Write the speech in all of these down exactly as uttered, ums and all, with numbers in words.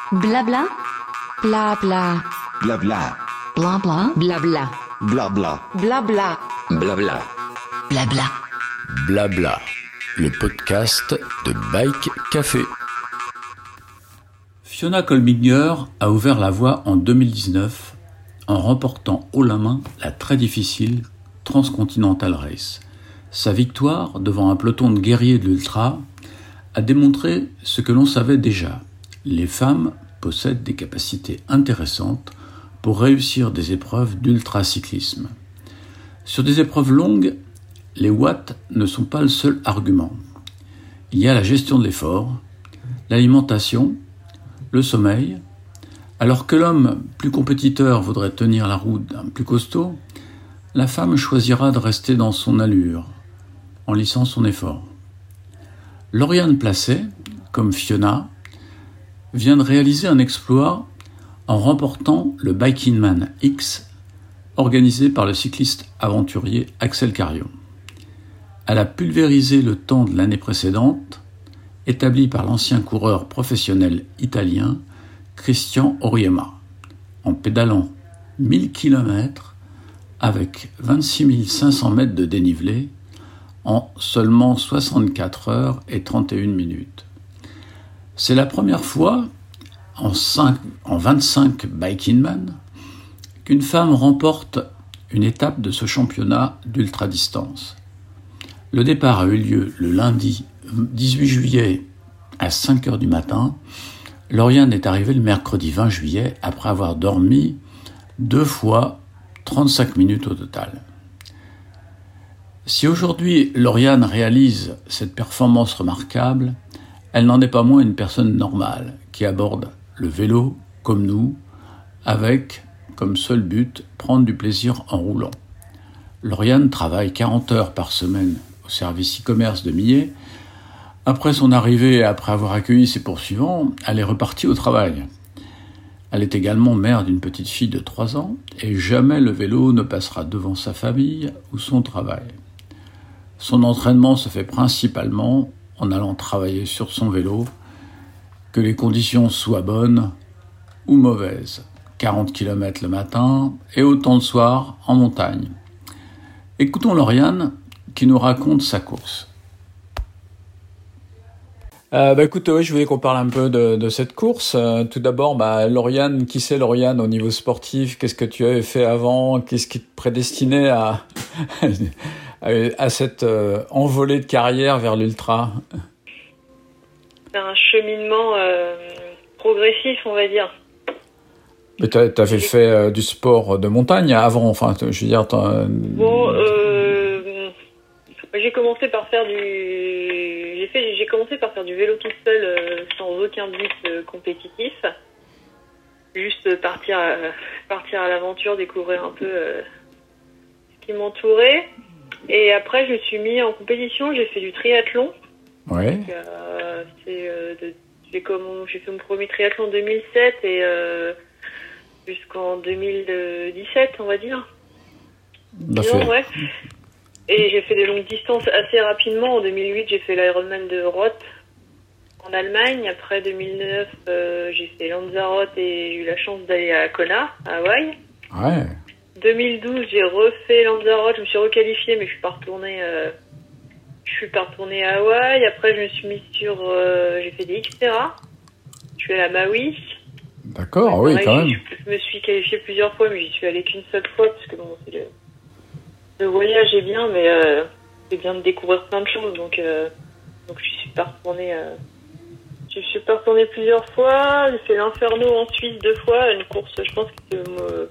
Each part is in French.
Blabla. Blabla. Blabla. Blabla. Blabla. Blabla. Blabla. Blabla. Blabla. Blabla, le podcast de Bike Café. Fiona Kolbinger a ouvert la voie en deux mille dix-neuf en remportant haut la main la très difficile Transcontinental Race. Sa victoire devant un peloton de guerriers de l'ultra a démontré ce que l'on savait déjà. Les femmes possèdent des capacités intéressantes pour réussir des épreuves d'ultracyclisme. Sur des épreuves longues, les watts ne sont pas le seul argument. Il y a la gestion de l'effort, l'alimentation, le sommeil. Alors que l'homme plus compétiteur voudrait tenir la route d'un plus costaud, la femme choisira de rester dans son allure, en lissant son effort. Lauriane Placet, comme Fiona, vient de réaliser un exploit en remportant le Bikingman X, organisé par le cycliste aventurier Axel Carion. Elle a pulvérisé le temps de l'année précédente, établi par l'ancien coureur professionnel italien Christian Oriema, en pédalant mille kilomètres avec vingt-six mille cinq cents mètres de dénivelé en seulement soixante-quatre heures et trente et une minutes. C'est la première fois en, cinq, en vingt-cinq Bikingman qu'une femme remporte une étape de ce championnat d'ultra-distance. Le départ a eu lieu le lundi dix-huit juillet à cinq heures du matin. Lauriane est arrivée le mercredi vingt juillet après avoir dormi deux fois trente-cinq minutes au total. Si aujourd'hui Lauriane réalise cette performance remarquable, elle n'en est pas moins une personne normale qui aborde le vélo comme nous, avec comme seul but prendre du plaisir en roulant. Lauriane travaille quarante heures par semaine au service e-commerce de Millet. Après son arrivée et après avoir accueilli ses poursuivants, elle est repartie au travail. Elle est également mère d'une petite fille de trois ans et jamais le vélo ne passera devant sa famille ou son travail. Son entraînement se fait principalement en allant travailler sur son vélo, que les conditions soient bonnes ou mauvaises. quarante kilomètres le matin et autant le soir en montagne. Écoutons Lauriane qui nous raconte sa course. Euh, bah écoute, ouais, je voulais qu'on parle un peu de, de cette course. Euh, tout d'abord, bah, Lauriane, qui c'est Lauriane au niveau sportif? Qu'est-ce que tu avais fait avant? Qu'est-ce qui te prédestinait à, à, à cette euh, envolée de carrière vers l'ultra? C'est un cheminement euh, progressif, on va dire. Mais tu avais fait euh, du sport de montagne avant, enfin, je veux dire... T'as... Bon, euh, j'ai commencé par faire du... J'ai, fait, j'ai commencé par faire du vélo toute seule, euh, sans aucun but euh, compétitif. Juste partir, euh, partir à l'aventure, découvrir un peu euh, ce qui m'entourait. Et après, je me suis mis en compétition, j'ai fait du triathlon. Ouais. Donc, euh, c'est, euh, de, j'ai, comme, j'ai fait mon premier triathlon en deux mille sept et euh, jusqu'en deux mille dix-sept, on va dire. Disons, ouais. Et j'ai fait des longues distances assez rapidement. En deux mille huit, j'ai fait l'Ironman de Roth en Allemagne. Après deux mille neuf, euh, j'ai fait Lanzarote et j'ai eu la chance d'aller à Kona, à Hawaï. Ouais. deux mille douze, j'ai refait Lanzarote. Je me suis requalifiée, mais je suis pas retournée. Euh, je suis pas retournée à Hawaï. Après, je me suis mise sur. Euh, j'ai fait des Xterra. Je suis allée à Maui. D'accord, ouais, oui, quand même. Je, je me suis qualifiée plusieurs fois, mais j'y suis allée qu'une seule fois parce que bon, c'est le. Le voyage est bien, mais euh, c'est bien de découvrir plein de choses, donc euh, donc je suis pas retournée. Euh, je suis pas retournée plusieurs fois. J'ai fait l'Inferno en Suisse deux fois, une course. Je pense que c'est, euh,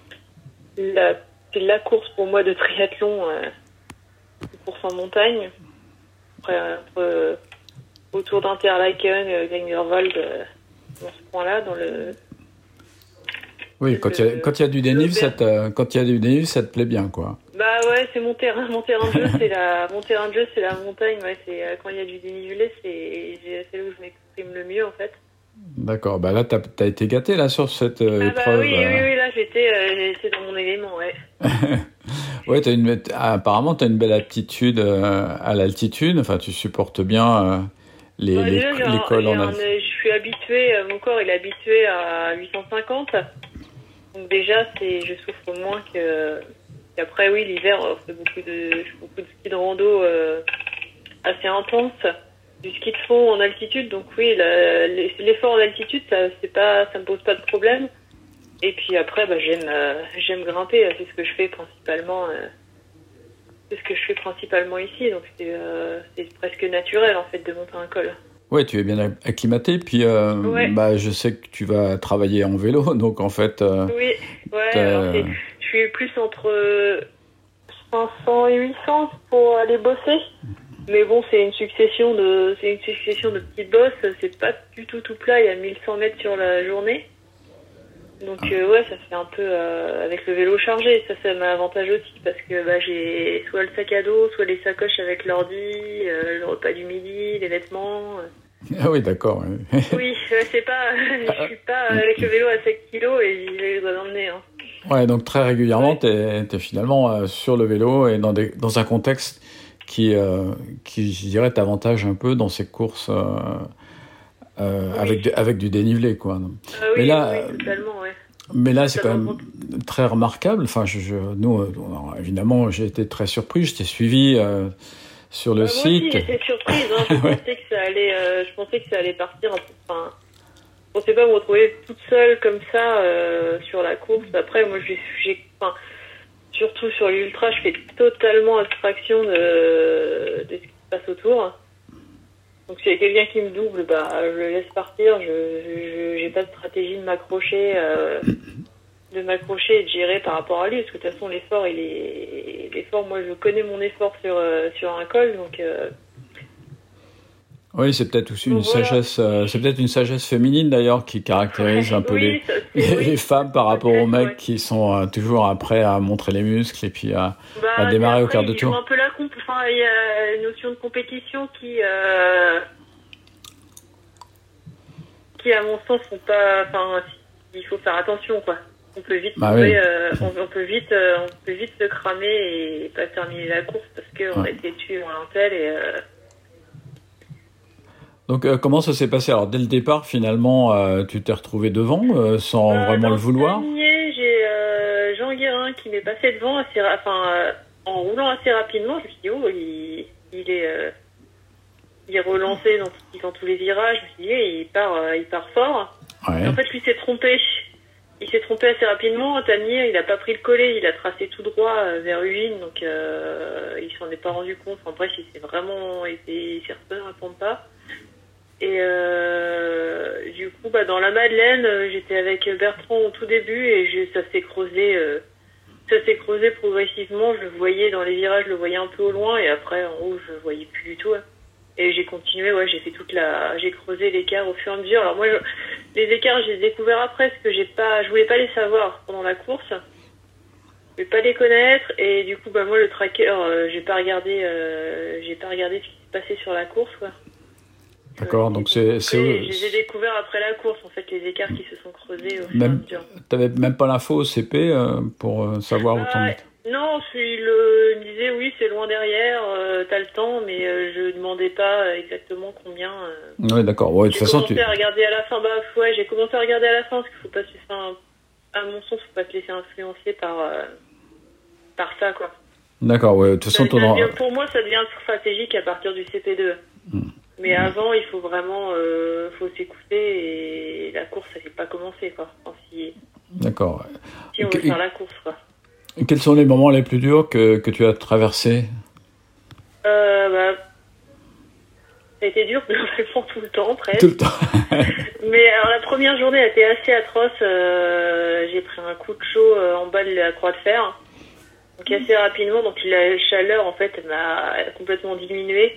la, c'est la course pour moi de triathlon, euh, une course en montagne. Après, euh, autour d'Interlaken, euh, Grindelwald, euh, dans ce coin-là, dans le. Oui, quand il y a, quand il y a du dénivelé, ça te, quand il y a du dénivelé, ça te plaît bien, quoi. Bah ouais, c'est mon terrain, mon terrain de jeu, c'est la, mon terrain de jeu, c'est la montagne, ouais, c'est, quand il y a du dénivelé, c'est, c'est là où je m'exprime le mieux, en fait. D'accord, bah là, t'as, t'as été gâté, là, sur cette euh, ah épreuve. Bah oui, euh... oui, oui, là, j'étais, euh, j'étais dans mon élément, ouais. Ouais, t'as une, apparemment, t'as une belle aptitude euh, à l'altitude, enfin, tu supportes bien euh, les, ouais, les, déjà, les cols en altitude. Je suis suis habituée, mon corps il est habitué à huit cent cinquante. Donc déjà, c'est, je souffre moins que. Et après, oui, l'hiver, on fait beaucoup de, je fais beaucoup de ski de rando euh, assez intense, du ski de fond en altitude. Donc oui, la, l'effort en altitude, ça, c'est pas, ça me pose pas de problème. Et puis après, bah, j'aime, euh, j'aime grimper. C'est ce que je fais principalement. Euh, c'est ce que je fais principalement ici. Donc c'est, euh, c'est presque naturel en fait de monter un col. Ouais, tu es bien acclimaté, puis euh, ouais. bah, je sais que tu vas travailler en vélo, donc en fait... Euh, oui, ouais, alors c'est, je suis plus entre cinq cents et huit cents pour aller bosser, mais bon, c'est une succession de, c'est une succession de petites bosses, c'est pas du tout tout plat, il y a mille cent mètres sur la journée, donc ah. euh, ouais, ça fait un peu euh, avec le vélo chargé, ça c'est un avantage aussi, parce que bah, j'ai soit le sac à dos, soit les sacoches avec l'ordi, euh, le repas du midi, les vêtements... Euh. Ah oui, d'accord. Oui, c'est pas, je suis pas avec le vélo à sept kilos et j'ai les doigts dans le nez. Hein. Ouais, donc très régulièrement, ouais. tu es finalement euh, sur le vélo et dans, des, dans un contexte qui, euh, qui, je dirais, t'avantage un peu dans ces courses euh, euh, oui. avec, de, avec du dénivelé, quoi. Euh, oui, mais là, oui, totalement, ouais. Mais là, c'est quand même très remarquable. Enfin, je, je, nous, euh, évidemment, j'ai été très surpris. Je t'ai suivi... Euh, sur le euh, site. Moi aussi, j'étais surprise. Hein. Je ouais. pensais que ça allait, euh, je pensais que ça allait partir. Enfin, je pensais pas me retrouver toute seule comme ça euh, sur la course. Après, moi, j'ai, j'ai, enfin, surtout sur l'ultra, je fais totalement abstraction de, de ce qui se passe autour. Donc, s'il y a quelqu'un qui me double, bah, je le laisse partir. Je, je, j'ai pas de stratégie de m'accrocher. Euh, de m'accrocher et de gérer par rapport à lui, parce que de toute façon l'effort il est l'effort moi je connais mon effort sur euh, sur un col, donc euh... oui, c'est peut-être aussi donc, une voilà. sagesse euh, c'est peut-être une sagesse féminine d'ailleurs qui caractérise un peu oui, les, ça, les, oui. les femmes par rapport aux mecs ouais. qui sont euh, toujours prêts à montrer les muscles et puis à, bah, à démarrer après, au quart de tour. Un peu la comp- enfin il y a une notion de compétition qui euh... qui à mon sens sont pas, enfin il faut faire attention quoi. On peut vite bah trouver, oui. euh, on, on peut vite, euh, on peut vite se cramer et pas terminer la course parce que on ouais. a été tué en tel et. Euh... Donc euh, comment ça s'est passé ? Alors dès le départ, finalement, euh, tu t'es retrouvé devant euh, sans euh, vraiment le vouloir. Dernier, j'ai euh, Jean Guérin qui m'est passé devant, assez, enfin euh, en roulant assez rapidement. Je me suis dit oh il, il est, euh, il est relancé dans, dans tous les virages. Je me suis dit eh, il part, euh, il part fort. Ouais. Et en fait lui s'est trompé. Il s'est trompé assez rapidement. Tannier, il a pas pris le collet, il a tracé tout droit euh, vers Ugine, donc euh, il s'en est pas rendu compte. En bref, il s'est vraiment été, il s'est retenu à répondre pas. Et euh, du coup, bah dans la Madeleine, j'étais avec Bertrand au tout début et je, ça s'est creusé, euh, ça s'est creusé progressivement. Je le voyais dans les virages, je le voyais un peu au loin et après en haut, je le voyais plus du tout. Hein. Et j'ai continué, ouais, j'ai fait toute la, j'ai creusé l'écart au fur et à mesure. Alors moi, je, les écarts, j'ai découvert après parce que j'ai pas, je voulais pas les savoir pendant la course. Je voulais pas les connaître et du coup, bah moi, le tracker, euh, j'ai pas regardé, euh, j'ai pas regardé ce qui se passait sur la course, quoi. D'accord, euh, donc c'est, c'est. Je les ai découverts après la course, en fait, les écarts qui se sont creusés au fur et à mesure. T'avais même pas l'info au C P euh, pour euh, savoir ah, où t'en étais. Non, il le me disait oui, c'est loin derrière, euh, t'as le temps, mais euh, je demandais pas exactement combien. Euh... Oui, d'accord. Ouais, de toute façon, tu. J'ai commencé à regarder à la fin, bah ouais, j'ai commencé à regarder à la fin parce qu'il faut pas se laisser, un... à mon sens, faut pas se laisser influencer par euh... par ça, quoi. D'accord, ouais. De toute façon, ça, ton. Ça devient, pour moi, ça devient stratégique à partir du C P deux. Hmm. Mais mmh. avant, il faut vraiment, euh, faut s'écouter et la course, elle n'est pas commencée, quoi. Enfin, si, d'accord. Si on veut et, faire la course, quoi. Quels sont les moments les plus durs que, que tu as traversés ? euh, bah, ça a été dur, globalement, tout le temps, presque. Tout le temps. Mais alors, la première journée a été assez atroce. Euh, j'ai pris un coup de chaud euh, en bas de la croix de fer. Donc, assez rapidement. Donc, la chaleur, en fait, elle m'a complètement diminué.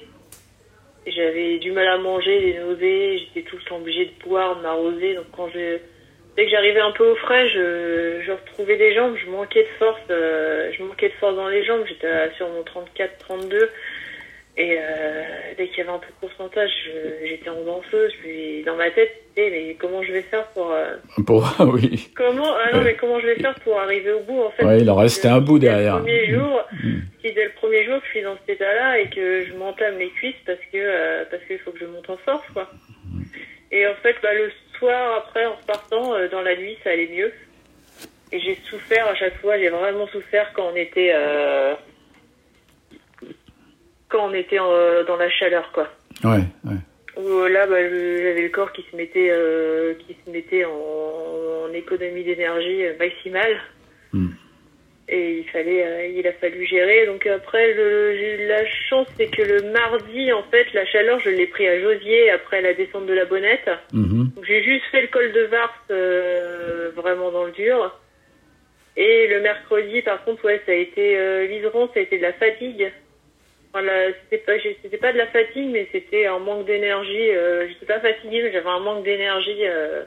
J'avais du mal à manger, des nausées, j'étais tout le temps obligée de boire, de m'arroser. Donc quand je, dès que j'arrivais un peu au frais, je, je retrouvais les jambes, je manquais de force, euh, je manquais de force dans les jambes. J'étais sur mon trente-quatre trente-deux et euh, dès qu'il y avait un peu de pourcentage, je, j'étais en danseuse. Puis dans ma tête, hey, mais comment je vais faire pour, euh, pour oui. Comment, ah non, mais comment je vais faire pour arriver au bout en fait. Ouais, il en restait un bout derrière. Le premier jour. Mmh. Si dès le premier jour je suis dans cet état-là et que je m'entame les cuisses parce que euh, parce qu'il faut que je monte en force, quoi. Et en fait, bah, le soir, après, en repartant, euh, dans la nuit, ça allait mieux. Et j'ai souffert à chaque fois, j'ai vraiment souffert quand on était, euh, quand on était euh, dans la chaleur, quoi. Ouais, ouais. Où euh, là, bah, je- j'avais le corps qui se mettait, euh, qui se mettait en, en économie d'énergie euh, maximale. Mm. Et il fallait, euh, il a fallu gérer. Donc après, le- j'ai eu la chance, c'est que le mardi, en fait, la chaleur, je l'ai pris à Josier après la descente de la Bonnette. Mhm. Donc j'ai juste fait le col de Vars, euh, vraiment dans le dur. Et le mercredi, par contre, ouais, ça a été euh, l'Iseran, ça a été de la fatigue. Enfin, la- c'était pas, j'ai- c'était pas de la fatigue, mais c'était un manque d'énergie. Euh, j'étais pas fatiguée, mais j'avais un manque d'énergie euh,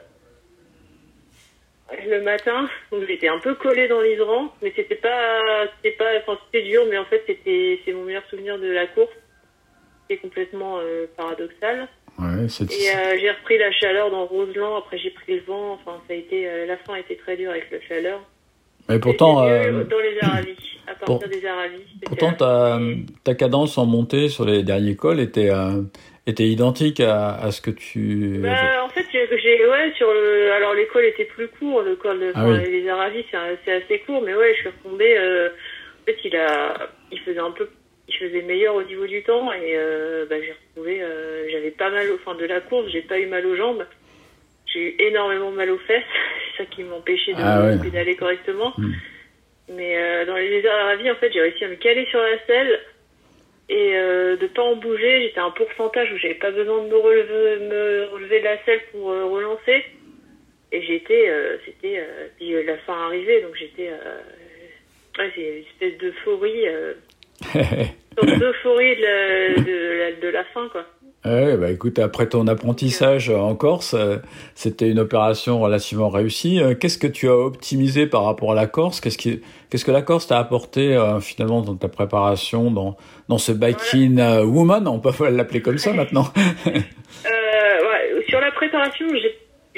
le matin. Donc j'étais un peu collée dans l'Iseran, mais c'était pas, c'était pas, enfin c'était dur, mais en fait c'était, c'est mon meilleur souvenir de la course. C'était complètement euh, paradoxal. Ouais, c'est... Et euh, j'ai repris la chaleur dans Roseland. Après j'ai pris le vent. Enfin ça a été, euh, la fin a été très dure avec la chaleur. Mais pourtant, Et c'est mieux euh, dans les Aravis, à partir pour- des Aravis. pourtant ta, ta cadence en montée sur les derniers cols était, euh, était identique à, à ce que tu... Bah, en fait, j'ai, j'ai- ouais, sur le, alors l'école était plus court, le col de, Ah enfin, oui. les Aravis, c'est, un- c'est assez court, mais ouais, je suis retombée, euh, en fait, il a, il faisait un peu, il faisait meilleur au niveau du temps, et, euh, bah, j'ai retrouvé, euh, j'avais pas mal, au fin de la course, j'ai pas eu mal aux jambes, j'ai eu énormément mal aux fesses, c'est ça qui m'empêchait de Ah ouais. pédaler correctement. Hmm. Mais, euh, dans les Aravis, en fait, j'ai réussi à me caler sur la selle, et euh, de pas en bouger. J'étais à un pourcentage où j'avais pas besoin de me relever, me relever de la selle pour euh, relancer. Et j'étais, euh, c'était, euh, puis euh, la fin arrivait, donc j'étais, euh, ouais, c'est une espèce d'euphorie, euh, une sorte d'euphorie de la, de, la, de la fin, quoi. Ouais, bah écoute, après ton apprentissage en Corse, euh, c'était une opération relativement réussie. Euh, Qu'est-ce que tu as optimisé par rapport à la Corse? Qu'est-ce qui, qu'est-ce que la Corse t'a apporté euh, finalement dans ta préparation, dans dans ce biking euh, woman, on peut l'appeler comme ça maintenant. Euh, ouais, sur la préparation, j'ai,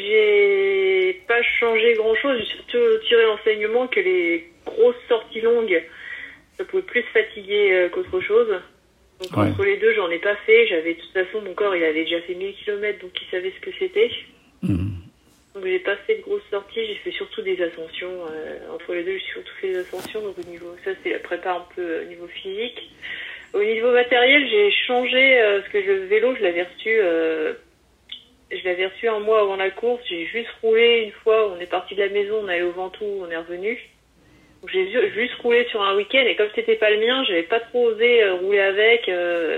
j'ai pas changé grand-chose. J'ai surtout tiré l'enseignement que les grosses sorties longues, ça pouvait plus fatiguer euh, qu'autre chose. Donc Ouais. entre les deux, j'en ai pas fait. J'avais, de toute façon, mon corps, il avait déjà fait mille kilomètres, donc il savait ce que c'était. Mhm. Donc j'ai pas fait de grosses sorties, j'ai fait surtout des ascensions. Euh, entre les deux, j'ai surtout fait des ascensions. Donc au niveau, ça c'est la prépa un peu euh, au niveau physique. Au niveau matériel, j'ai changé euh, parce que le vélo, je l'avais reçu, euh, je l'avais reçu un mois avant la course. J'ai juste roulé une fois. On est parti de la maison, on est allé au Ventoux, on est revenu. Donc j'ai ju- juste roulé sur un week-end et comme c'était pas le mien, j'avais pas trop osé euh, rouler avec. Euh,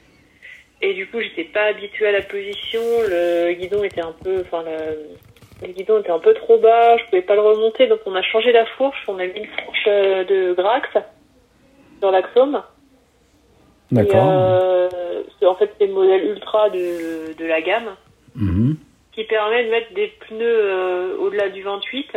et du coup, j'étais pas habituée à la position. Le guidon était un peu, enfin le, le guidon était un peu trop bas. Je pouvais pas le remonter, donc on a changé la fourche. On a mis une fourche euh, de Grax sur l'axome. D'accord. Et, euh, c'est, en fait, c'est le modèle ultra de, de la gamme Mhm. qui permet de mettre des pneus euh, au-delà du vingt-huit.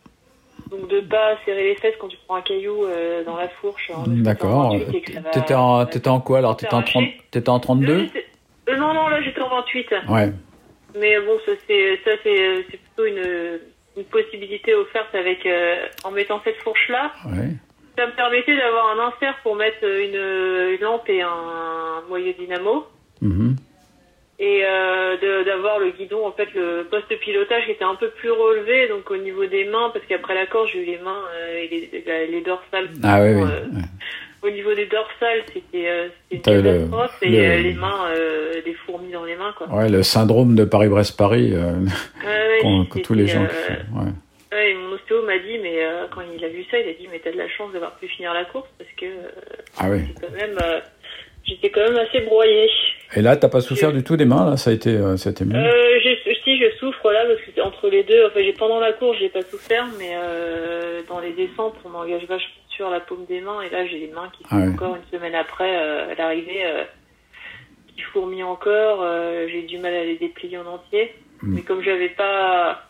Donc de pas serrer les fesses quand tu prends un caillou euh, dans la fourche. hein, parce que D'accord. c'est en vingt-huit et que ça va- T'étais en, t'étais en quoi alors? T'étais en trente, t'étais en trente-deux? Euh, c'est- euh, non, non, là j'étais en vingt-huit. Ouais. Mais bon, ça c'est, ça, c'est, c'est plutôt une, une possibilité offerte avec, euh, en mettant cette fourche-là. Ouais. Ça me permettait d'avoir un insert pour mettre une, une lampe et un moyeu dynamo. Mhm. Et euh, de, d'avoir le guidon, en fait, le poste de pilotage qui était un peu plus relevé, donc au niveau des mains, parce qu'après la course, j'ai eu les mains euh, et les, la- les dorsales. Ah oui, oui. Euh, Ouais. Au niveau des dorsales, c'était, euh, c'était T'as eu une le- catastrophe, et le- euh, les mains, euh, des fourmis dans les mains, quoi. Ouais, le syndrome de Paris-Brest-Paris, euh, Ouais, ouais, qu'ont- que c'était, tous les gens euh, qui font. Ouais. ouais, et mon ostéo m'a dit, mais euh, quand il a vu ça, il a dit, mais t'as de la chance d'avoir pu finir la course, parce que euh, Ah oui. c'est quand même, euh, j'étais quand même assez broyée. Et là, t'as pas souffert du tout des mains, là? Ça a été, euh, ça a été mieux? Euh, je, si je souffre là parce que c'est entre les deux, enfin j'ai pendant la course j'ai pas souffert, mais euh, dans les descentes on m'engage vachement sur la paume des mains et là j'ai les mains qui sont Ah ouais. encore une semaine après euh, à l'arrivée euh, qui fourmillent encore, euh, j'ai du mal à les déplier en entier, Mm. mais comme j'avais pas,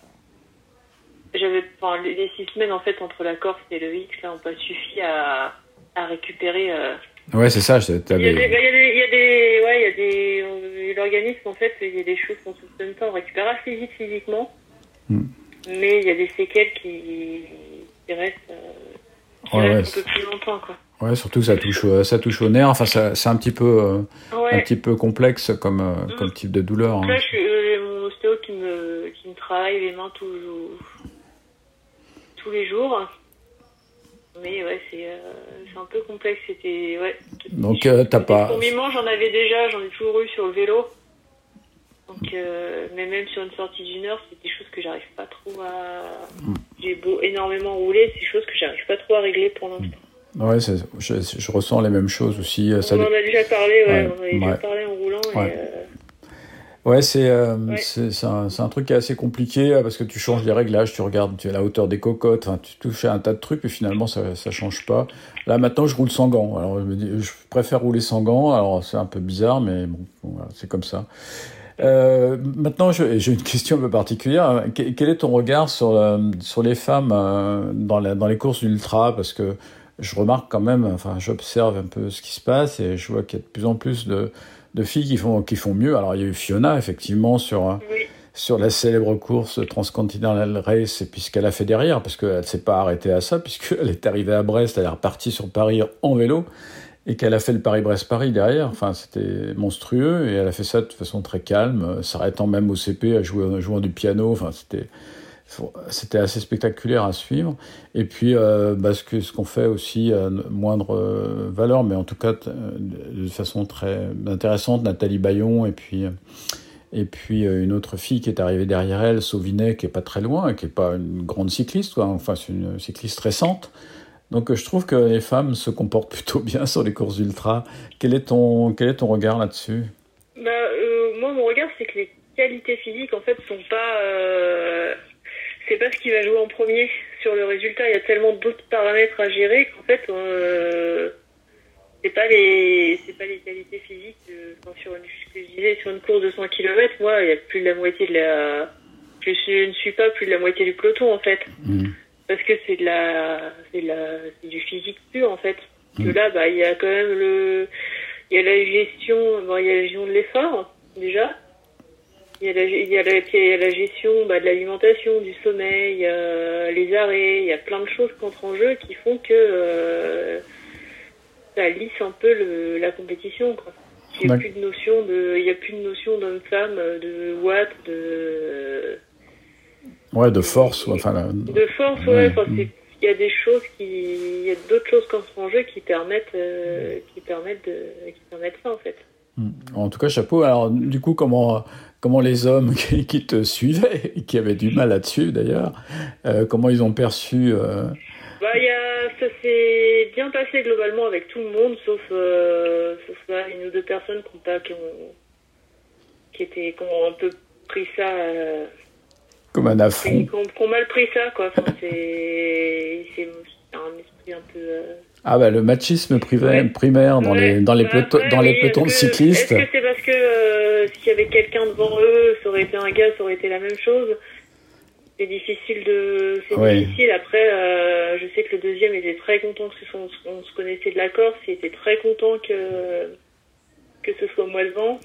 j'avais, enfin les, les six semaines en fait entre la Corse et le X là ont pas suffi à à récupérer. Euh, Ouais, c'est ça. je- il y a t'avais- des, il y a des, il y a des, ouais, il y a des, euh, l'organisme, en fait, il y a des choses qu'on soupçonne pas, on récupère assez vite physiquement, Mm. mais il y a des séquelles qui, qui restent, euh, qui Ouais, restent ouais, un peu plus longtemps, quoi. Ouais, surtout que ça touche, euh, ça touche au nerf. Enfin, ça, c'est un petit peu, euh, un Ouais. petit peu complexe comme, euh, Mm. comme type de douleur. Donc Hein. là, je suis, euh, mon ostéo me, qui me travaille les mains tous, tous les jours. Mais ouais, c'est, euh, c'est un peu complexe. C'était, ouais. Donc, euh, t'as pas... Pour Miman, j'en avais déjà, j'en ai toujours eu sur le vélo. Donc, euh, mais même sur une sortie d'une heure, c'est des choses que j'arrive pas trop à... Mm. J'ai beau énormément rouler, c'est des choses que j'arrive pas trop à régler pour l'instant. Ouais, c'est, je, je ressens les mêmes choses aussi. Ça on dé... en a déjà parlé, ouais, ouais. on en a déjà ouais. parlé en roulant. Ouais. Et, euh... Ouais, c'est, euh, ouais. c'est, c'est, un, c'est un truc qui est assez compliqué parce que tu changes les réglages, tu regardes tu as la hauteur des cocottes, enfin, tu touches à un tas de trucs et finalement ça ça change pas. Là maintenant je roule sans gants. Alors je me dis, je préfère rouler sans gants. Alors c'est un peu bizarre, mais bon, voilà, c'est comme ça. Euh, maintenant je, j'ai une question un peu particulière. Quel est ton regard sur la, sur les femmes euh, dans la, dans les courses ultra, parce que je remarque quand même, enfin j'observe un peu ce qui se passe et je vois qu'il y a de plus en plus de de filles qui font, qui font mieux. Alors, il y a eu Fiona, effectivement, sur, oui. sur la célèbre course Transcontinental Race, et puis ce qu'elle a fait derrière, parce qu'elle ne s'est pas arrêtée à ça, puisqu'elle est arrivée à Brest, elle est repartie sur Paris en vélo, et qu'elle a fait le Paris-Brest-Paris derrière. Enfin, c'était monstrueux, et elle a fait ça de façon très calme, s'arrêtant même au C P, à jouer, en jouant du piano. Enfin, c'était... C'était assez spectaculaire à suivre. Et puis, euh, bah, ce, que, ce qu'on fait aussi à moindre euh, valeur, mais en tout cas t- de façon très intéressante, Nathalie Bayon, et puis, et puis euh, une autre fille qui est arrivée derrière elle, Sauvinet, qui est pas très loin, qui est pas une grande cycliste, quoi. Enfin, c'est une cycliste récente. Donc, je trouve que les femmes se comportent plutôt bien sur les courses ultra. Quel est ton, quel est ton regard là-dessus ? Bah, euh, moi, mon regard, c'est que les qualités physiques, en fait, sont pas... Euh... C'est pas ce qui va jouer en premier sur le résultat. Il y a tellement d'autres paramètres à gérer qu'en fait, euh, c'est pas les, c'est pas les qualités physiques. De, enfin, sur une, ce que je disais, sur une course de cent kilomètres, moi, il y a plus de la moitié de la, je, suis, je ne suis pas plus de la moitié du peloton en fait, mmh. parce que c'est de la, c'est de la, c'est du physique pur en fait. Mmh. Que là, bah, il y a quand même le, il y a la gestion, bon, il y a la gestion de l'effort déjà. Il y a la, il y a la, il y a la gestion bah, de l'alimentation, du sommeil, il y a les arrêts, il y a plein de choses qui entrent en jeu qui font que euh, ça lisse un peu le, la compétition, quoi. Il n'y a plus de notion de, il y a plus de notion d'homme-femme, de watts, de ouais, de force, ou enfin la... de force, ouais. ouais. Enfin, c'est, il y a des choses qui, il y a d'autres choses qui entrent en jeu qui permettent, euh, qui permettent de, qui permettent ça en fait. En tout cas, chapeau. Alors, du coup, comment, comment les hommes qui, qui te suivaient, et qui avaient du mal à te suivre d'ailleurs, euh, comment ils ont perçu euh... Bah, y a, ça s'est bien passé globalement avec tout le monde, sauf, euh, sauf là, une ou deux personnes qui ont, pas, qui ont, qui étaient, qui ont un peu pris ça. Euh, Comme un affront. Qui ont, qui ont mal pris ça, quoi. Enfin, c'est, c'est un esprit un peu. Euh, Ah bah le machisme primaire, ouais. primaire dans ouais. les dans les, bah, peloton, après, dans les oui, pelotons de cyclistes. Est-ce que c'est parce que euh, s'il y avait quelqu'un devant eux, ça aurait été un gars, ça aurait été la même chose? C'est difficile de, c'est ouais. difficile. Après, euh, je sais que le deuxième était très content que ce soit, on, on se connaissait de la Corse, il était très content que que ce soit moi devant.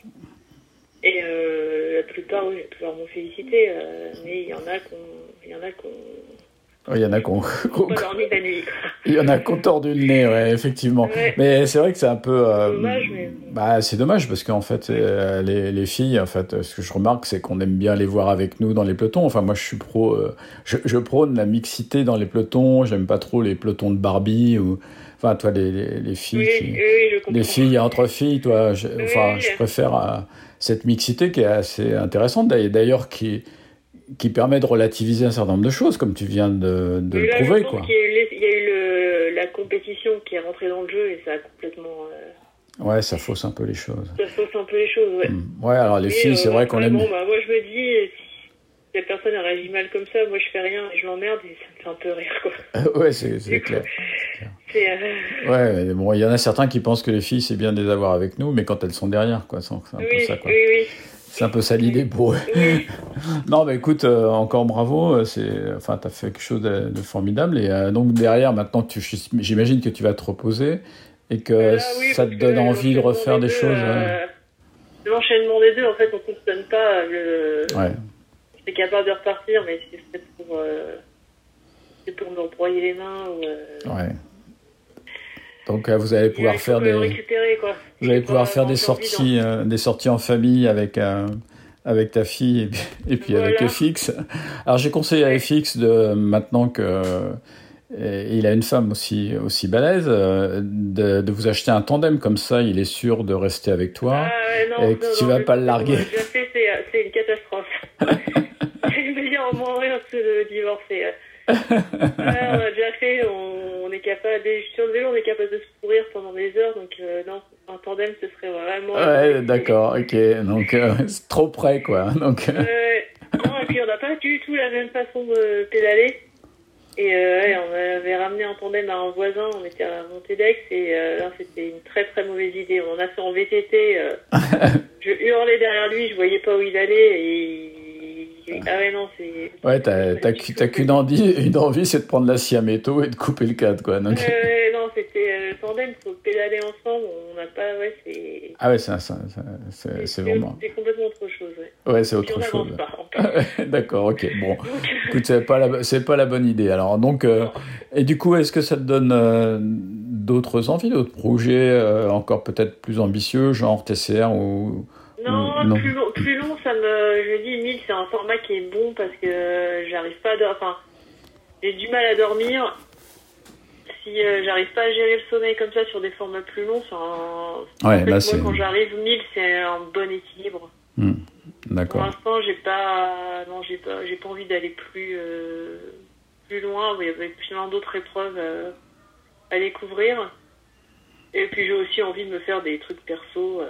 Et euh, la plupart, oui, toujours m'ont félicité, euh, mais il y en a qu'on, il y en a qu'on Il y en a qu'on, qu'on, dormi la nuit, quoi. Il y en a qu'on tordu le nez, ouais, effectivement. Ouais. Mais c'est vrai que c'est un peu. Euh, c'est dommage, mais. Bah, c'est dommage parce qu'en fait, euh, les, les filles, en fait, ce que je remarque, c'est qu'on aime bien les voir avec nous dans les pelotons. Enfin, moi, je suis pro. Euh, je, je prône la mixité dans les pelotons. J'aime pas trop les pelotons de Barbie ou. Enfin, toi, les, les, les filles. Oui, qui, oui, je comprends. Les filles entre filles, toi. Je, oui, enfin, oui. je préfère euh, cette mixité qui est assez intéressante, d'ailleurs, qui. qui permet de relativiser un certain nombre de choses, comme tu viens de, de le là, prouver, quoi. Il y a eu, les, il y a eu le, la compétition qui est rentrée dans le jeu et ça a complètement... Euh... Ouais, ça fausse un peu les choses. Ça fausse un peu les choses, ouais. Mmh. Ouais, alors les et filles, euh, c'est vrai qu'on aime... Bon, bah, moi, je me dis, si la personne a réagi mal comme ça, moi, je fais rien et je l'emmerde et ça me fait un peu rire, quoi. ouais, c'est, c'est clair. C'est, euh... Ouais, mais bon, il y en a certains qui pensent que les filles, c'est bien de les avoir avec nous, mais quand elles sont derrière, quoi, c'est un oui, peu ça, quoi. Oui, oui. C'est un peu ça l'idée pour eux. Oui. Non, mais écoute, euh, encore bravo. C'est, enfin, t'as fait quelque chose de, de formidable. Et euh, donc derrière, maintenant, tu, j'imagine que tu vas te reposer et que euh, là, oui, ça te donne que, envie de refaire des, des deux, choses. Euh... L'enchaînement des deux, en fait, on ne fonctionne pas. Le... Ouais. Je suis capable de repartir, mais c'est peut-être pour, euh... c'est pour me rebroyer les mains. Ou, euh... Ouais. Donc euh, vous allez pouvoir faire des, quoi. vous allez pouvoir faire des sorties, euh, des sorties en famille avec euh, avec ta fille et puis, et puis Voilà. avec F X. Alors j'ai conseillé à F X de maintenant que et il a une femme aussi aussi balèze euh, de, de vous acheter un tandem comme ça, il est sûr de rester avec toi. Ah, ouais, non, et non, que tu non, vas mais pas le c'est- larguer. on l'a déjà fait, c'est, c'est une catastrophe. C'est meilleur mourir que de divorcer. Ah, on a déjà fait, on, on est capable, des- sur le vélo, on est capable de se courir pendant des heures, donc euh, non, un tandem, ce serait vraiment... Ouais, d'accord, ok. Donc euh, c'est trop près quoi. Donc euh, Ouais. Non, et puis on n'a pas du tout la même façon de pédaler. Et euh, ouais, on avait ramené un tandem à un voisin, on était à Montédex et euh, là, c'était une très très mauvaise idée. On en a fait en V T T, euh, je hurlais derrière lui, je voyais pas où il allait et... Ah ouais, non, c'est... ouais, t'as t'as qu'u- t'as qu'une envie, une envie, c'est de prendre la scie à métaux et de couper le cadre quoi. Donc... Ouais, ouais, non, c'était euh, le tandem, faut pédaler ensemble, on n'a pas... Ouais, c'est... Ah ouais, ça, ça, ça, c'est c'est vraiment. C'est complètement autre chose, ouais. Ouais, c'est Puis autre on chose. n'avance pas, en plus. D'accord, ok. Bon, Donc, écoute, c'est pas la, c'est pas la bonne idée. Alors, donc, euh, et du coup, est-ce que ça te donne euh, d'autres envies, d'autres projets euh, encore peut-être plus ambitieux, genre T C R ou non, ou- non. Plus, long, plus long, ça me... Je dis mille, c'est un format qui est bon parce que euh, j'arrive pas à... dor- Enfin, j'ai du mal à dormir. Si euh, j'arrive pas à gérer le sommeil comme ça sur des formats plus longs, c'est un... Ouais, en fait, là, moi, c'est- quand j'arrive mille, c'est un bon équilibre. Hmm, Pour d'accord. l'instant, j'ai pas... Non, j'ai pas, j'ai pas envie d'aller plus... euh, plus loin. Il y avait plein d'autres épreuves euh, à découvrir. Et puis, j'ai aussi envie de me faire des trucs perso... Euh...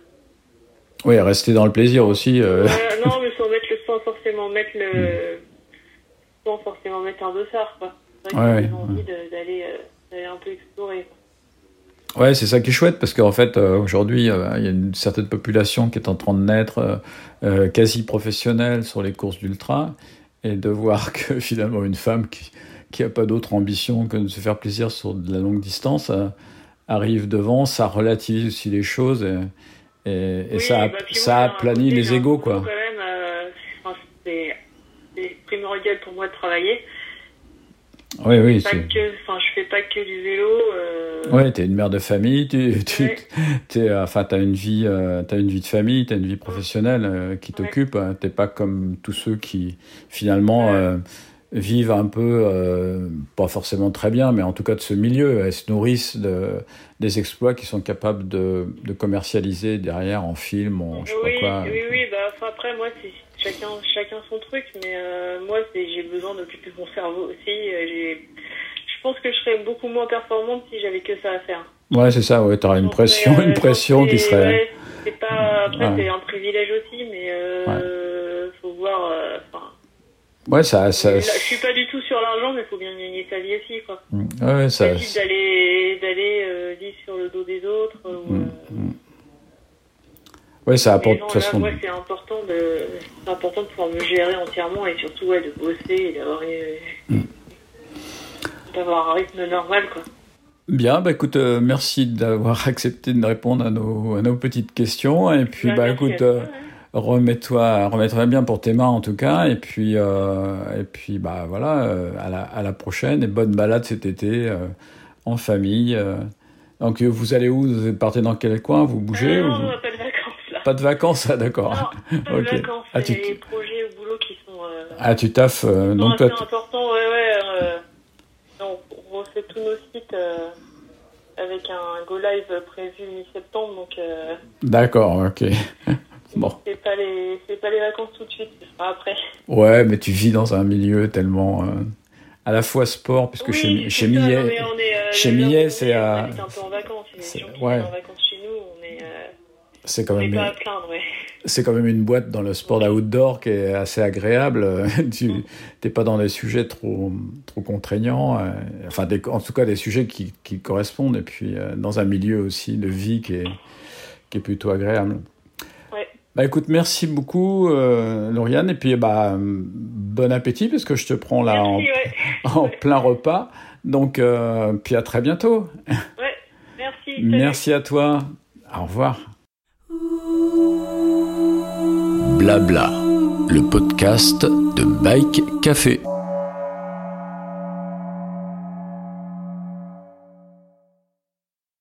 Oui, rester dans le plaisir aussi. euh. Ouais, non, mais sans mettre le sans forcément mettre le sans forcément mettre un dossard, quoi. C'est vrai que Ouais, j'ai ouais, envie de- d'aller euh, d'aller un peu explorer. Ouais, c'est ça qui est chouette parce qu'en fait, euh, aujourd'hui, euh, il y a une certaine population qui est en train de naître euh, euh, quasi professionnelle sur les courses d'ultra et de voir que finalement une femme qui qui a pas d'autre ambition que de se faire plaisir sur de la longue distance euh, arrive devant, ça relativise aussi les choses et, et, et Oui, ça bah, puis ça moi, aplanit d'un côté, les j'ai un égos boulot quoi. Quand même, euh, enfin, c'est c'est primordial pour moi de travailler. Oui, oui. Pas c'est- que, enfin, je fais pas que du vélo. Euh... Ouais, t'es une mère de famille, tu, tu, Ouais. t'es, euh, enfin, t'as une vie, euh, t'as une vie de famille, t'as une vie professionnelle euh, qui t'occupe. hein. T'es pas comme tous ceux qui finalement Ouais. euh, vivent un peu, euh, pas forcément très bien, mais en tout cas de ce milieu, elles se nourrissent de des exploits qui sont capables de, de commercialiser derrière en film, en je sais oui, pas quoi. oui, oui, bah enfin, après moi c'est chacun chacun son truc, mais euh, moi c'est j'ai besoin d'occuper mon cerveau aussi. euh, j'ai, je pense que je serais beaucoup moins performante si j'avais que ça à faire. Ouais, c'est ça. Ouais, t'auras une Donc, pression, mais, euh, une pression donc, qui c'est- serait. ouais, c'est pas après Ouais. c'est un privilège aussi, mais euh, faut voir. euh, Enfin, Ouais, ça, ça. là, je suis pas du tout sur l'argent, mais faut bien gagner sa vie aussi, quoi. Ouais, ouais, ça. Ça évite d'aller d'aller euh, vivre sur le dos des autres. Ou, Mm, euh, mm. Ouais, ça mais apporte de non, toute là, façon. moi, c'est important de, c'est important de pouvoir me gérer entièrement et surtout ouais, de bosser et d'avoir, euh, Mm. d'avoir un rythme normal, quoi. Bien, bah écoute, euh, merci d'avoir accepté de répondre à nos, à nos petites questions. Et puis, Bah, bah merci écoute, à toi, euh, ouais. remets-toi, remets-toi bien pour tes mains en tout cas. Et puis, euh, et puis, bah voilà, euh, à la, à la prochaine et bonne balade cet été euh, en famille. euh. Donc, vous allez où? Vous partez dans quel coin? Vous bougez Euh, ou... non, on n'a pas de vacances, là. Pas de vacances, ah, d'accord. Non, pas de Ok. vacances. Ah, Il y tu a t- des projets au boulot qui sont, euh, Ah, tu taffes. euh, sont donc assez toi, t- importants. Ouais, ouais. Euh, on, on refait tous nos sites euh, avec un go live prévu mi-septembre, donc euh, d'accord, ok. Bon. c'est pas les, c'est pas les vacances tout de suite, ce sera après. Ouais, mais tu vis dans un milieu tellement euh, à la fois sport, puisque Oui, chez, c'est chez ça, Millet, non, mais on est, euh, chez là, Millet, on c'est est- à- On habite un peu en vacances. Il y a c'est- des gens qui ouais. viennent en vacances chez nous, on est, euh, c'est quand on n'est même pas à plaindre, ouais. c'est quand même une boîte dans le sport d'outdoor qui est assez agréable. Tu t'es pas dans des sujets trop trop contraignants, euh, enfin des, en tout cas des sujets qui, qui correspondent, et puis euh, dans un milieu aussi de vie qui est qui est plutôt agréable. Ouais. Bah écoute, merci beaucoup euh, Lauriane, et puis bah bon appétit parce que je te prends là en, Merci, ouais. en plein repas. Donc euh, puis à très bientôt. Ouais, merci. salut. Merci à toi. Au revoir. Blabla, le podcast de Bike Café.